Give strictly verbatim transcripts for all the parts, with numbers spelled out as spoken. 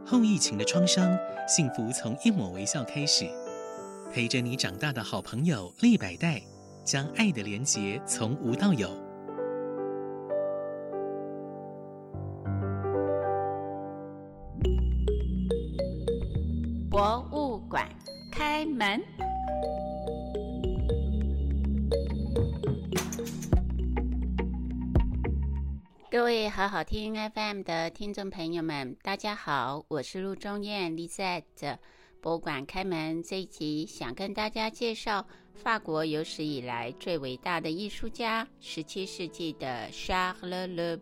后疫情的创伤，幸福从一抹微笑开始。陪着你长大的好朋友利百代，将爱的连结从无到有。 博物馆开门。各位好好听 F M 的听众朋友们，大家好，我是陆中燕 Lisette。博物馆开门这一集，想跟大家介绍法国有史以来最伟大的艺术家，十七世纪的 Charles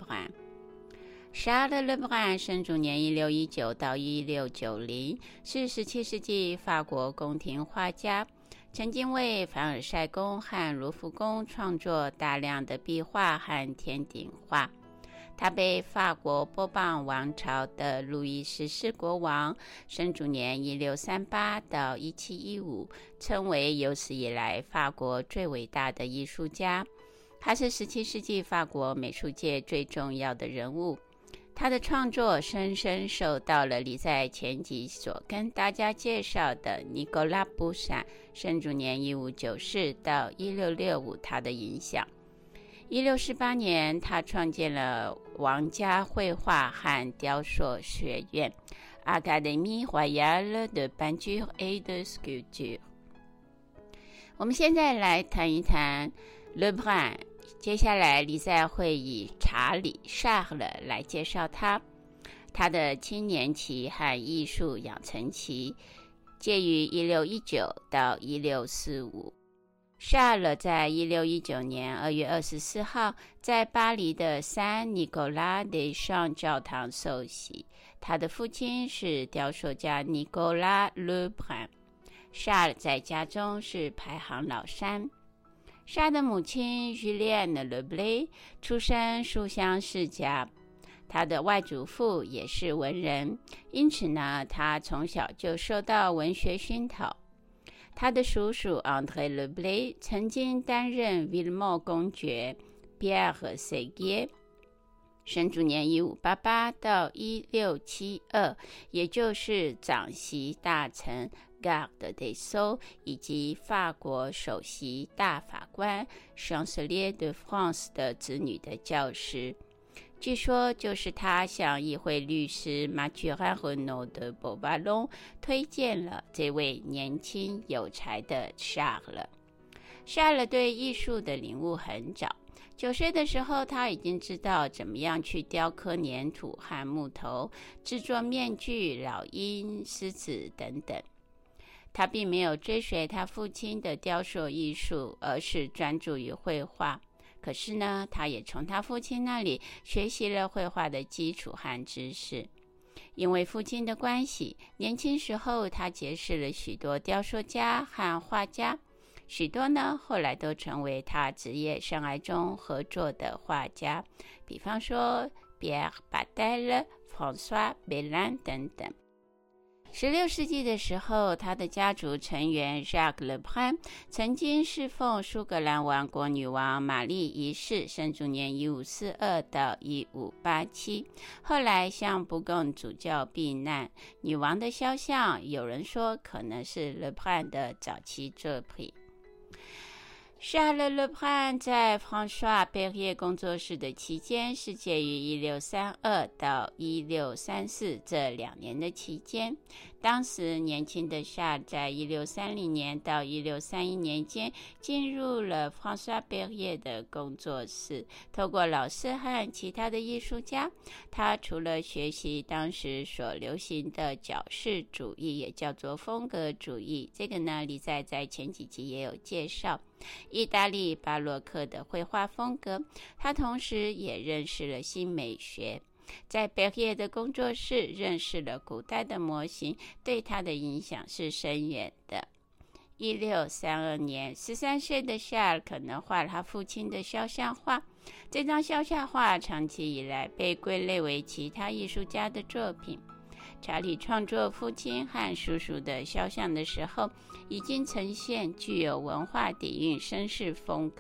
Lebrun。Charles Lebrun 生卒年一六一九到一六九零，是十七世纪法国宫廷画家，曾经为凡尔赛宫和卢浮宫创作大量的壁画和天顶画。他被法国波旁王朝的路易十四国王生卒年一六三八到一七一五称为有史以来法国最伟大的艺术家。他是十七世纪法国美术界最重要的人物。他的创作深深受到了你在前集所跟大家介绍的尼古拉布萨生卒年一五九四到一六六五他的影响。一六四八年，他创建了王家绘画和雕塑学院 Académie Royale de Peinture et de Sculpture。 我们现在来谈一谈 Lebrun， 接下来你再会以查理 Charles 来介绍他。他的青年期和艺术养成期介于一六一九到一六四五。夏勒在一六一九年二月二十四号在巴黎的圣尼古拉德上教堂受洗，他的父亲是雕塑家尼古拉·勒布朗。夏勒在家中是排行老三。夏的母亲 Julienne Leblay 出身书香世家，他的外祖父也是文人，因此呢，他从小就受到文学熏陶。他的叔叔 André Leblay 曾经担任 Villemot 公爵 Pierre Séguier， 生卒年一五八八到一六七二，也就是长席大臣 Garde des Sceaux 以及法国首席大法官 Chancelier de France 的子女的教师。据说就是他向议会律师 Mathurin Renaud de Beauvallon 推荐了这位年轻有才的 Charles。 Charles 对艺术的领悟很早，九岁的时候他已经知道怎么样去雕刻粘土和木头，制作面具、老鹰、狮子等等。他并没有追随他父亲的雕塑艺术，而是专注于绘画。可是呢，他也从他父亲那里学习了绘画的基础和知识。因为父亲的关系，年轻时候他结识了许多雕塑家和画家，许多呢后来都成为他职业生涯中合作的画家，比方说 Pierre Badel、François Belin 等等。十六世纪的时候，他的家族成员 Jacques Lebrun 曾经侍奉苏格兰王国女王玛丽一世，生卒年一五四二到一五八七，后来向布贡主教避难。女王的肖像有人说可能是 Lebrun 的早期作品。Charles Lebrun 在 François Perrier 工作室的期间是介于一六三二到一六三四这两年的期间。当时年轻的 Charles 在一六三零年到一六三一年间进入了 François Perrier 的工作室，透过老师和其他的艺术家，他除了学习当时所流行的矫饰主义，也叫做风格主义，这个呢李在在前几集也有介绍意大利巴洛克的绘画风格，他同时也认识了新美学，在贝叶的工作室认识了古代的模型，对他的影响是深远的。一六三二年，十三岁的夏尔可能画了他父亲的肖像画，这张肖像画长期以来被归类为其他艺术家的作品。查理创作父亲和叔叔的肖像的时候，已经呈现具有文化底蕴绅士风格，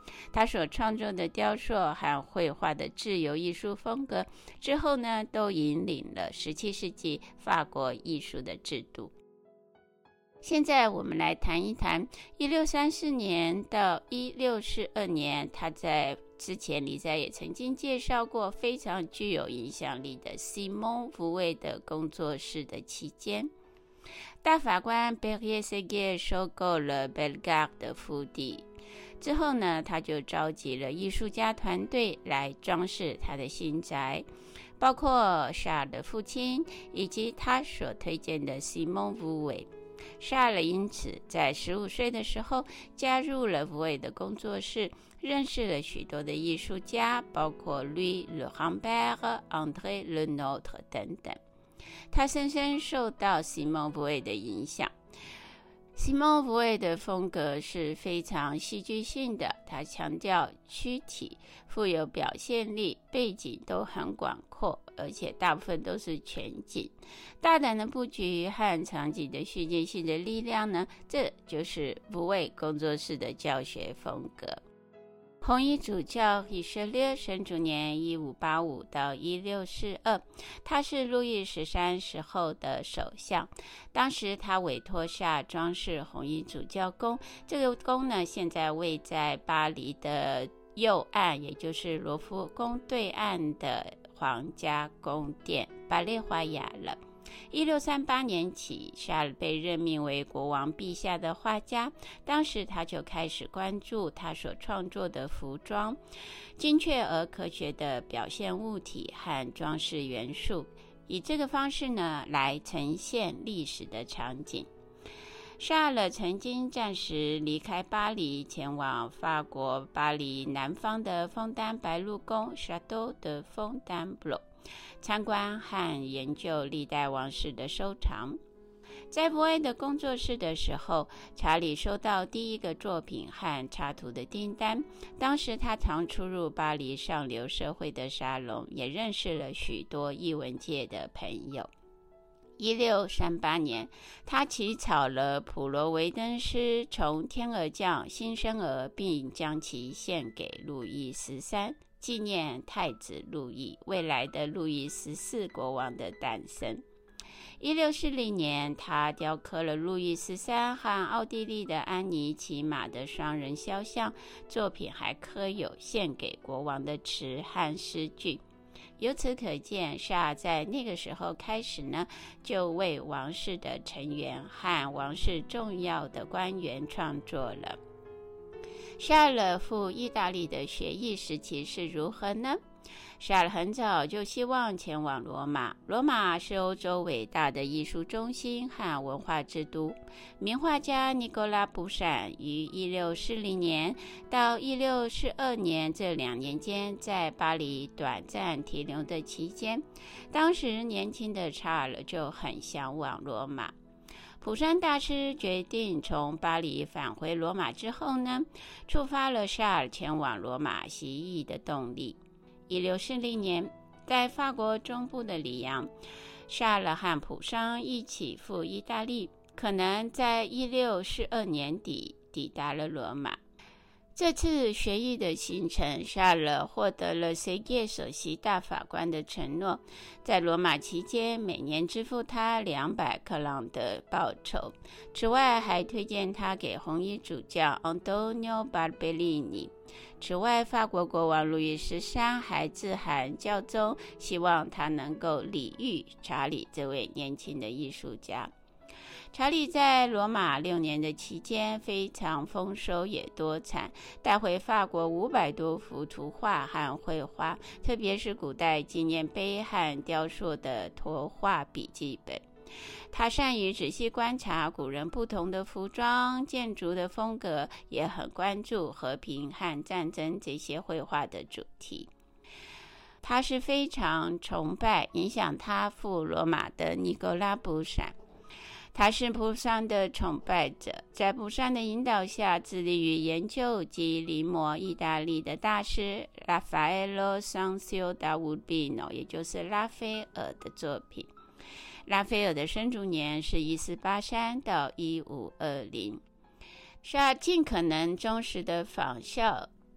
他所创作的雕塑和绘画的自由艺术风格之后呢，都引领了十七世纪法国艺术的制度。现在我们来谈一谈一六三四年到一六四二年，他在之前李在也曾经介绍过非常具有影响力的西蒙·福卫的工作室的期间。大法官贝耶塞耶收购了贝尔加的腹地之后呢，他就召集了艺术家团队来装饰他的新宅，包括沙尔的父亲以及他所推荐的西蒙·福卫。沙尔因此在十五岁的时候加入了福卫的工作室，认识了许多的艺术家，包括 Louis Le Rambert、André Le Nôtre 等等。他深深受到西蒙·福卫的影响。西蒙·福卫的风格是非常戏剧性的，他强调躯体富有表现力，背景都很广阔，而且大部分都是全景。大胆的布局和场景的戏剧性的力量呢，这就是福卫工作室的教学风格。红衣主教以色列生卒年一五八五到一六四二，他是路易十三时候的首相。当时他委托下装饰红衣主教宫，这个宫呢，现在位在巴黎的右岸，也就是罗浮宫对岸的皇家宫殿巴列华雅了。一六三八年起，沙尔被任命为国王陛下的画家。当时他就开始关注他所创作的服装，精确而科学的表现物体和装饰元素，以这个方式呢来呈现历史的场景。沙尔曾经暂时离开巴黎，前往法国巴黎南方的枫丹白露宫 Château de Fontainebleau，参观和研究历代王室的收藏。在福卫的工作室的时候，查理收到第一个作品和插图的订单。当时他常出入巴黎上流社会的沙龙，也认识了许多艺文界的朋友。一六三八年，他起草了普罗维登斯从天而降新生儿，并将其献给路易十三，纪念太子路易，未来的路易十四国王的诞生。一六四零年，他雕刻了路易十三和奥地利的安妮骑马的双人肖像，作品还刻有献给国王的词和诗句。由此可见，沙尔在那个时候开始呢，就为王室的成员和王室重要的官员创作了。沙尔赴意大利的学艺时期是如何呢？沙尔很早就希望前往罗马，罗马是欧洲伟大的艺术中心和文化之都。名画家尼古拉·布闪于一六四零年到一六四二年这两年间在巴黎短暂停留的期间，当时年轻的查尔就很向往罗马。普山大师决定从巴黎返回罗马之后呢，触发了沙尔前往罗马习艺的动力。一六四零年，在法国中部的里昂，沙尔和普桑一起赴意大利，可能在一六四二年底抵达了罗马。这次学艺的行程，沙尔获得了塞耶首席大法官的承诺，在罗马期间每年支付他两百克朗的报酬。此外，还推荐他给红衣主教 Antonio Barberini。此外，法国国王路易十三还致函教宗，希望他能够礼遇查理这位年轻的艺术家。查理在罗马六年的期间非常丰收也多产，带回法国五百多幅图画和绘画，特别是古代纪念碑和雕塑的拓画笔记本。他善于仔细观察古人不同的服装、建筑的风格，也很关注和平和战争这些绘画的主题。他是非常崇拜影响他赴罗马的尼古拉·布闪。他是普桑的崇拜者，在普桑的引导下，致力于研究及临摹意大利的大师拉法埃罗·桑修达乌比诺，也就是拉斐尔的作品。拉斐尔的生卒年是一四八三到一五二零。沙尔尽可能忠实地仿效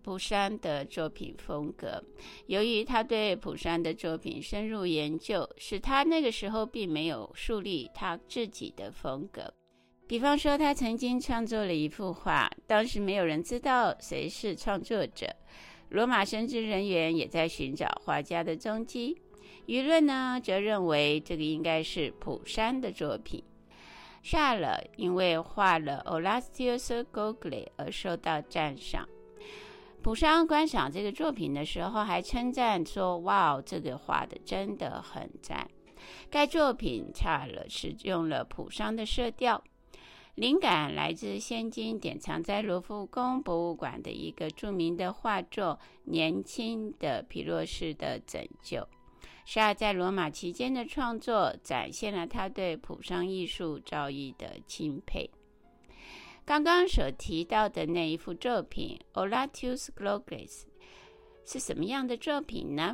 普山的作品风格。由于他对普山的作品深入研究，使他那个时候并没有树立他自己的风格。比方说，他曾经创作了一幅画，当时没有人知道谁是创作者，罗马神职人员也在寻找画家的踪迹。舆论呢，则认为这个应该是普山的作品。夏勒因为画了 Orazio Gogli 而受到赞赏。普山观赏这个作品的时候，还称赞说：“哇，这个画的真的很赞。”该作品夏勒使用了普山的色调。灵感来自现今典藏在罗浮宫博物馆的一个著名的画作《年轻的皮洛士的拯救》。夏在罗马期间的创作展现了他对普山艺术造诣的钦佩。刚刚所提到的那一幅作品 Horatius Goglis 是什么样的作品呢？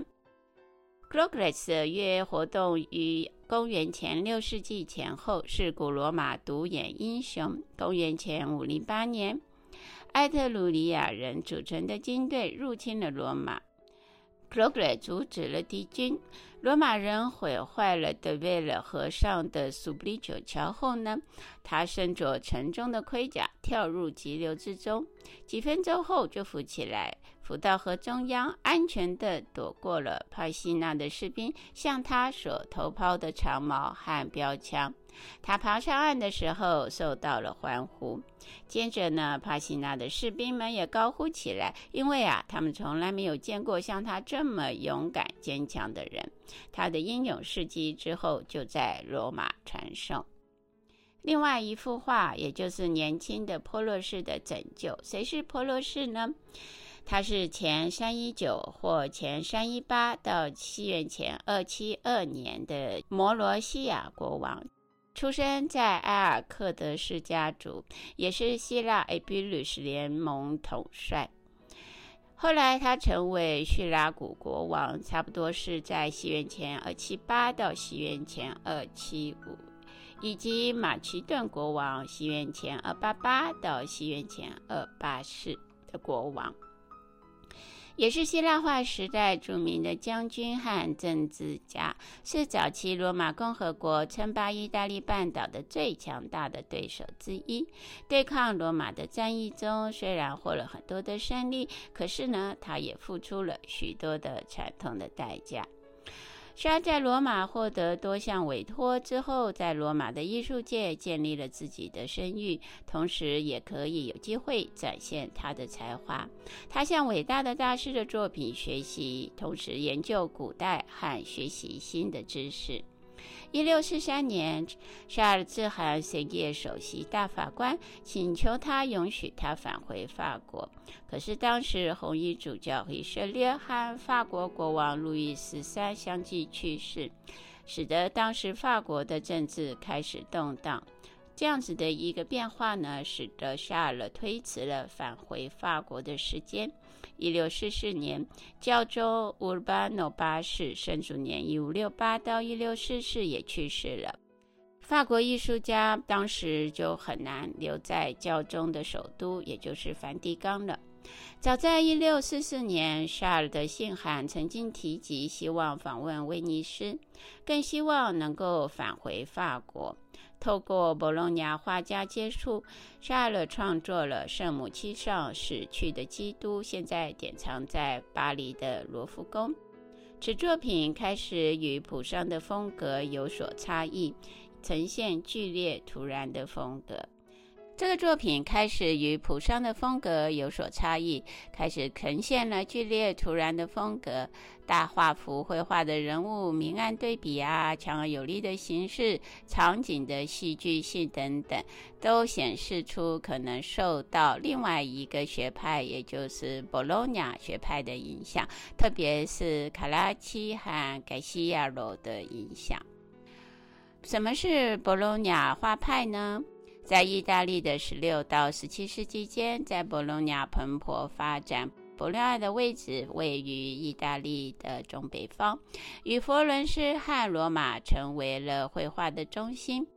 Goglis 约活动于公元前六世纪前后，是古罗马独眼英雄。公元前五零八年，埃特鲁里亚人组成的军队入侵了罗马。Goglis 阻止了敌军，罗马人毁坏了德维勒河上的苏布里九桥后呢，他身着沉重的盔甲跳入急流之中，几分钟后就浮起来，浮到河中央，安全地躲过了帕西纳的士兵向他所投抛的长矛和标枪。他爬上岸的时候受到了欢呼。接着呢，帕西纳的士兵们也高呼起来，因为啊，他们从来没有见过像他这么勇敢坚强的人。他的英勇事迹之后就在罗马传颂。另外一幅画，也就是年轻的波洛士的拯救。谁是波洛士呢？他是前三一九或前三一八到西元前二七二年的摩罗西亚国王，出生在埃尔克德氏家族，也是希腊埃比鲁斯联盟统帅。后来他成为叙拉古国王，差不多是在西元前二七八到西元前二七五，以及马其顿国王，西元前二八八到西元前二八四的国王。也是希腊化时代著名的将军和政治家，是早期罗马共和国称霸意大利半岛的最强大的对手之一。对抗罗马的战役中，虽然获了很多的胜利，可是呢，他也付出了许多的惨痛的代价。夏在罗马获得多项委托之后，在罗马的艺术界建立了自己的声誉，同时也可以有机会展现他的才华。他向伟大的大师的作品学习，同时研究古代和学习新的知识。一六四三年，夏尔致函塞耶首席大法官，请求他允许他返回法国。可是当时红衣主教里舍列和法国国王路易十三相继去世，使得当时法国的政治开始动荡。这样子的一个变化呢，使得夏尔推迟了返回法国的时间。一六四四年，教宗乌尔巴诺八世生卒年一五六八到一六四四也去世了。法国艺术家当时就很难留在教宗的首都，也就是梵蒂冈了。早在一六四四年，夏尔的信函曾经提及希望访问威尼斯，更希望能够返回法国。透过博洛尼亚画家接触，夏尔创作了圣母膝上死去的基督，现在典藏在巴黎的罗浮宫。此作品开始与普桑的风格有所差异，呈现剧烈突然的风格。这个作品开始与普桑的风格有所差异，开始呈现了剧烈突然的风格。大画幅绘画的人物明暗对比啊，强而有力的形式、场景的戏剧性等等，都显示出可能受到另外一个学派，也就是博洛尼亚学派的影响，特别是卡拉奇和盖西亚罗的影响。什么是博洛尼亚画派呢？在意大利的十六到十七世纪间，在博洛尼亚蓬勃发展。博洛尼亚的位置位于意大利的中北方，与佛罗伦斯和罗马成为了绘画的中心。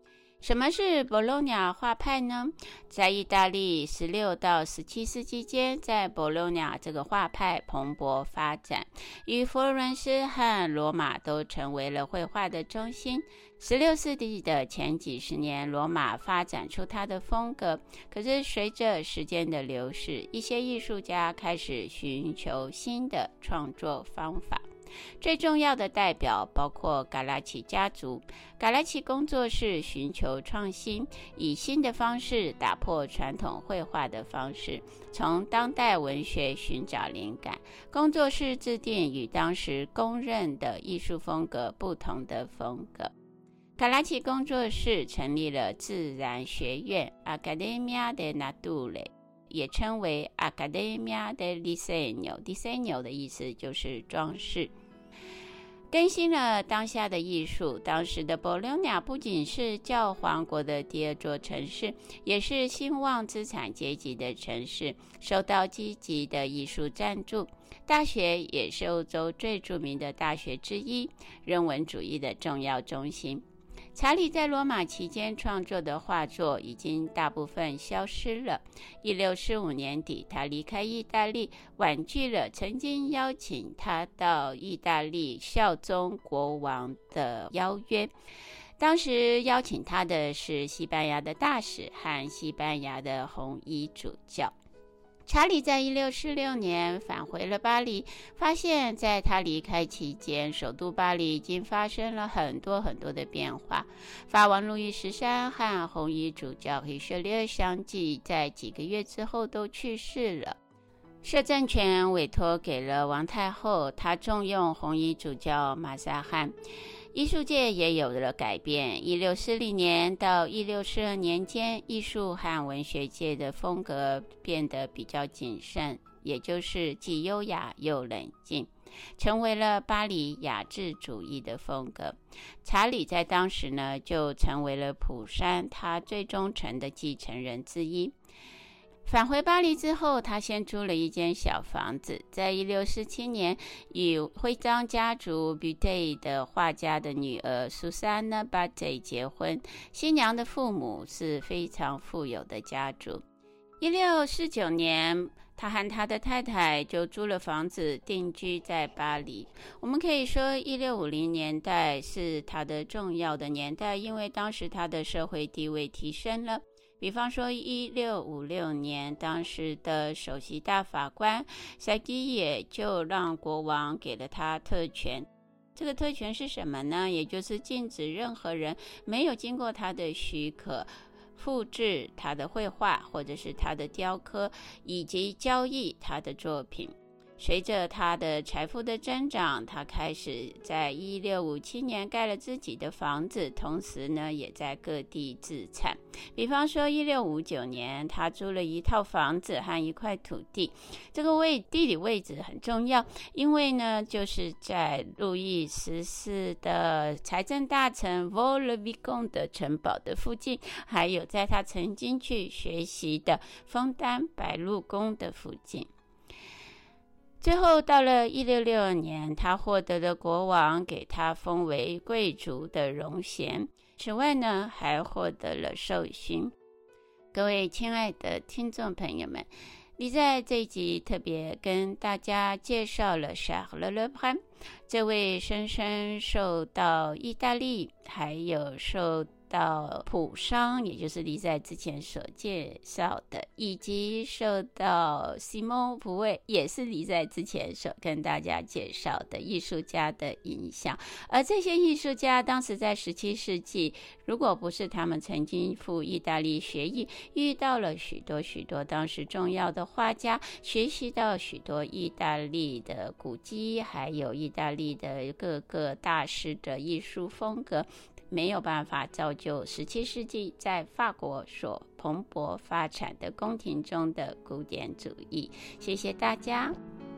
什么是博洛尼亚画派呢？在意大利十六到十七世纪间，在博洛尼亚这个画派蓬勃发展，与佛罗伦斯和罗马都成为了绘画的中心。十六世纪的前几十年，罗马发展出它的风格，可是随着时间的流逝，一些艺术家开始寻求新的创作方法。最重要的代表包括嘎拉奇家族。嘎拉奇工作室寻求创新，以新的方式打破传统绘画的方式，从当代文学寻找灵感。工作室制定与当时公认的艺术风格不同的风格。嘎拉奇工作室成立了自然学院 Accademia de Nature， 也称为 Accademia del Disegno， Disegno 的意思就是装饰。更新了当下的艺术。当时的博洛尼亚不仅是教皇国的第二座城市，也是兴旺资产阶级的城市，受到积极的艺术赞助。大学也是欧洲最著名的大学之一，人文主义的重要中心。查理在罗马期间创作的画作已经大部分消失了。一六四五年底，他离开意大利，婉拒了曾经邀请他到意大利效忠国王的邀约。当时邀请他的是西班牙的大使和西班牙的红衣主教。查理在一六四六年返回了巴黎，发现在他离开期间，首都巴黎已经发生了很多很多的变化。法王路易十三和红衣主教里舍列相继在几个月之后都去世了。摄政权委托给了王太后，她重用红衣主教马萨汉。艺术界也有了改变。一六四零年到一六四二年间，艺术和文学界的风格变得比较谨慎，也就是既优雅又冷静，成为了巴黎雅致主义的风格。查理在当时呢，就成为了普山他最忠诚的继承人之一。返回巴黎之后，他先租了一间小房子，在一六四七年与徽章家族 Butey 的画家的女儿 Susanna Butey 结婚。新娘的父母是非常富有的家族。一六四九年，他和他的太太就租了房子定居在巴黎。我们可以说一六五零年代是他的重要的年代，因为当时他的社会地位提升了。比方说一六五六年，当时的首席大法官塞基也就让国王给了他特权。这个特权是什么呢？也就是禁止任何人没有经过他的许可复制他的绘画或者是他的雕刻，以及交易他的作品。随着他的财富的增长，他开始在一六五七年盖了自己的房子，同时呢也在各地自产。比方说一六五九年，他租了一套房子和一块土地。这个位地理位置很重要，因为呢就是在路易十四的财政大臣 Vaux-le-Vicomte 的城堡的附近，还有在他曾经去学习的枫丹白露宫的附近。最后到了一六六二年，他获得了国王给他封为贵族的荣衔，此外呢还获得了授勋。各位亲爱的听众朋友们，你在这一集特别跟大家介绍了 Charles Lebrun 这位深深受到意大利还有受到普桑，也就是李在之前所介绍的，以及受到西蒙普韦，也是李在之前所跟大家介绍的艺术家的影响。而这些艺术家当时在十七世纪，如果不是他们曾经赴意大利学艺，遇到了许多许多当时重要的画家，学习到许多意大利的古迹，还有意大利的各个大师的艺术风格，没有办法造就十七世纪在法国所蓬勃发展的宫廷中的古典主义。谢谢大家。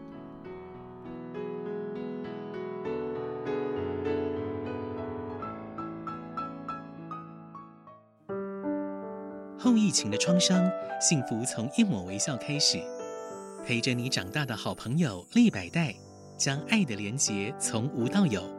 后疫情的创伤，幸福从一抹微笑开始。陪着你长大的好朋友利百代，将爱的连结从无到有。